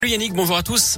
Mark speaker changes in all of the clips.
Speaker 1: Salut Yannick, bonjour à tous.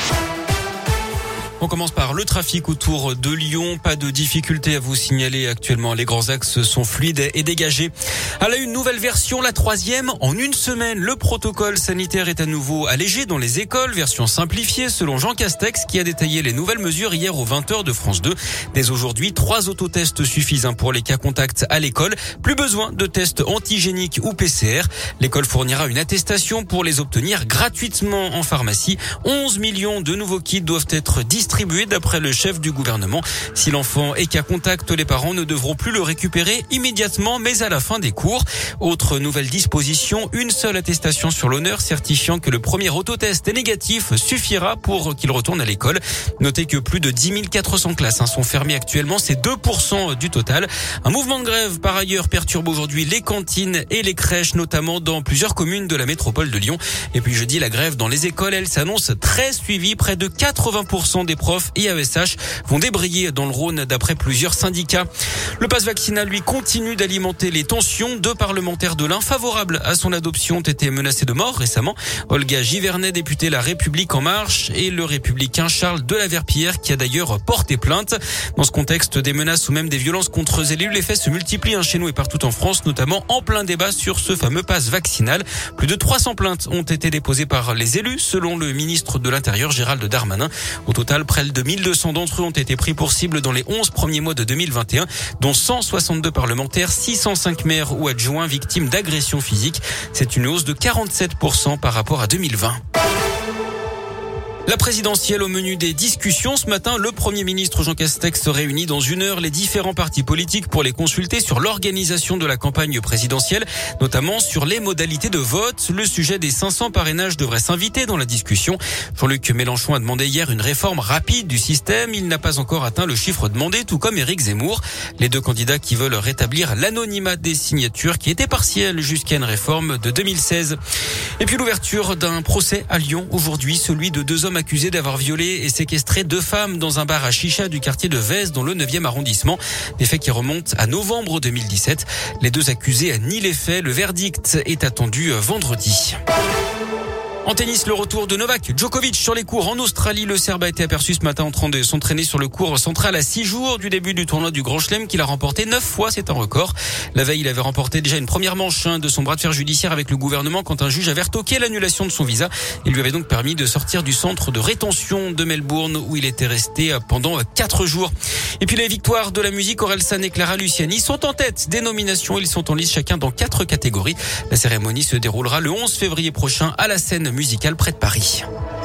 Speaker 1: On commence par le trafic autour de Lyon. Pas de difficulté à vous signaler actuellement. Les grands axes sont fluides et dégagés. À la une nouvelle version, la 3e. En une semaine, le protocole sanitaire est à nouveau allégé dans les écoles. Version simplifiée selon Jean Castex qui a détaillé les nouvelles mesures hier aux 20h de France 2. Dès aujourd'hui, 3 autotests suffisent pour les cas contacts à l'école. Plus besoin de tests antigéniques ou PCR. L'école fournira une attestation pour les obtenir gratuitement en pharmacie. 11 millions de nouveaux kits doivent être distribués d'après le chef du gouvernement. Si l'enfant est cas contact, les parents ne devront plus le récupérer immédiatement, mais à la fin des cours. Autre nouvelle disposition, une seule attestation sur l'honneur certifiant que le premier autotest est négatif suffira pour qu'il retourne à l'école. Notez que plus de 10 400 classes sont fermées actuellement, c'est 2% du total. Un mouvement de grève, par ailleurs, perturbe aujourd'hui les cantines et les crèches, notamment dans plusieurs communes de la métropole de Lyon. Et puis jeudi, la grève dans les écoles, elle s'annonce très suivie. Près de 80% des profs et AESH vont débrayer dans le Rhône d'après plusieurs syndicats. Le pass vaccinal, lui, continue d'alimenter les tensions. 2 parlementaires de l'Ain favorables à son adoption ont été menacés de mort récemment. Olga Givernet, députée La République En Marche, et le républicain Charles Delaverpillière qui a d'ailleurs porté plainte. Dans ce contexte, des menaces ou même des violences contre les élus, les faits se multiplient chez nous et partout en France, notamment en plein débat sur ce fameux pass vaccinal. Plus de 300 plaintes ont été déposées par les élus, selon le ministre de l'Intérieur Gérald Darmanin. Au total, près de 1200 d'entre eux ont été pris pour cible dans les 11 premiers mois de 2021, dont 162 parlementaires, 605 maires ou adjoints victimes d'agressions physiques. C'est une hausse de 47% par rapport à 2020. La présidentielle au menu des discussions. Ce matin, le Premier ministre Jean Castex réunit dans 1 heure les différents partis politiques pour les consulter sur l'organisation de la campagne présidentielle, notamment sur les modalités de vote. Le sujet des 500 parrainages devrait s'inviter dans la discussion. Jean-Luc Mélenchon a demandé hier une réforme rapide du système. Il n'a pas encore atteint le chiffre demandé, tout comme Éric Zemmour. Les 2 candidats qui veulent rétablir l'anonymat des signatures qui était partiel jusqu'à une réforme de 2016. Et puis l'ouverture d'un procès à Lyon aujourd'hui, celui de 2 hommes accusés d'avoir violé et séquestré 2 femmes dans un bar à chicha du quartier de Vez dans le 9e arrondissement. Des faits qui remontent à novembre 2017. Les 2 accusés nient les faits. Le verdict est attendu vendredi. En tennis, le retour de Novak Djokovic sur les cours en Australie. Le Serbe a été aperçu ce matin en train de s'entraîner sur le court central à 6 jours du début du tournoi du Grand Chelem qu'il a remporté 9 fois. C'est un record. La veille, il avait remporté déjà une première manche de son bras de fer judiciaire avec le gouvernement quand un juge avait retoqué l'annulation de son visa. Il lui avait donc permis de sortir du centre de rétention de Melbourne où il était resté pendant 4 jours. Et puis les victoires de la musique, Orelsan et Clara Luciani sont en tête des nominations. Ils sont en lice chacun dans 4 catégories. La cérémonie se déroulera le 11 février prochain à la Scène musicale près de Paris.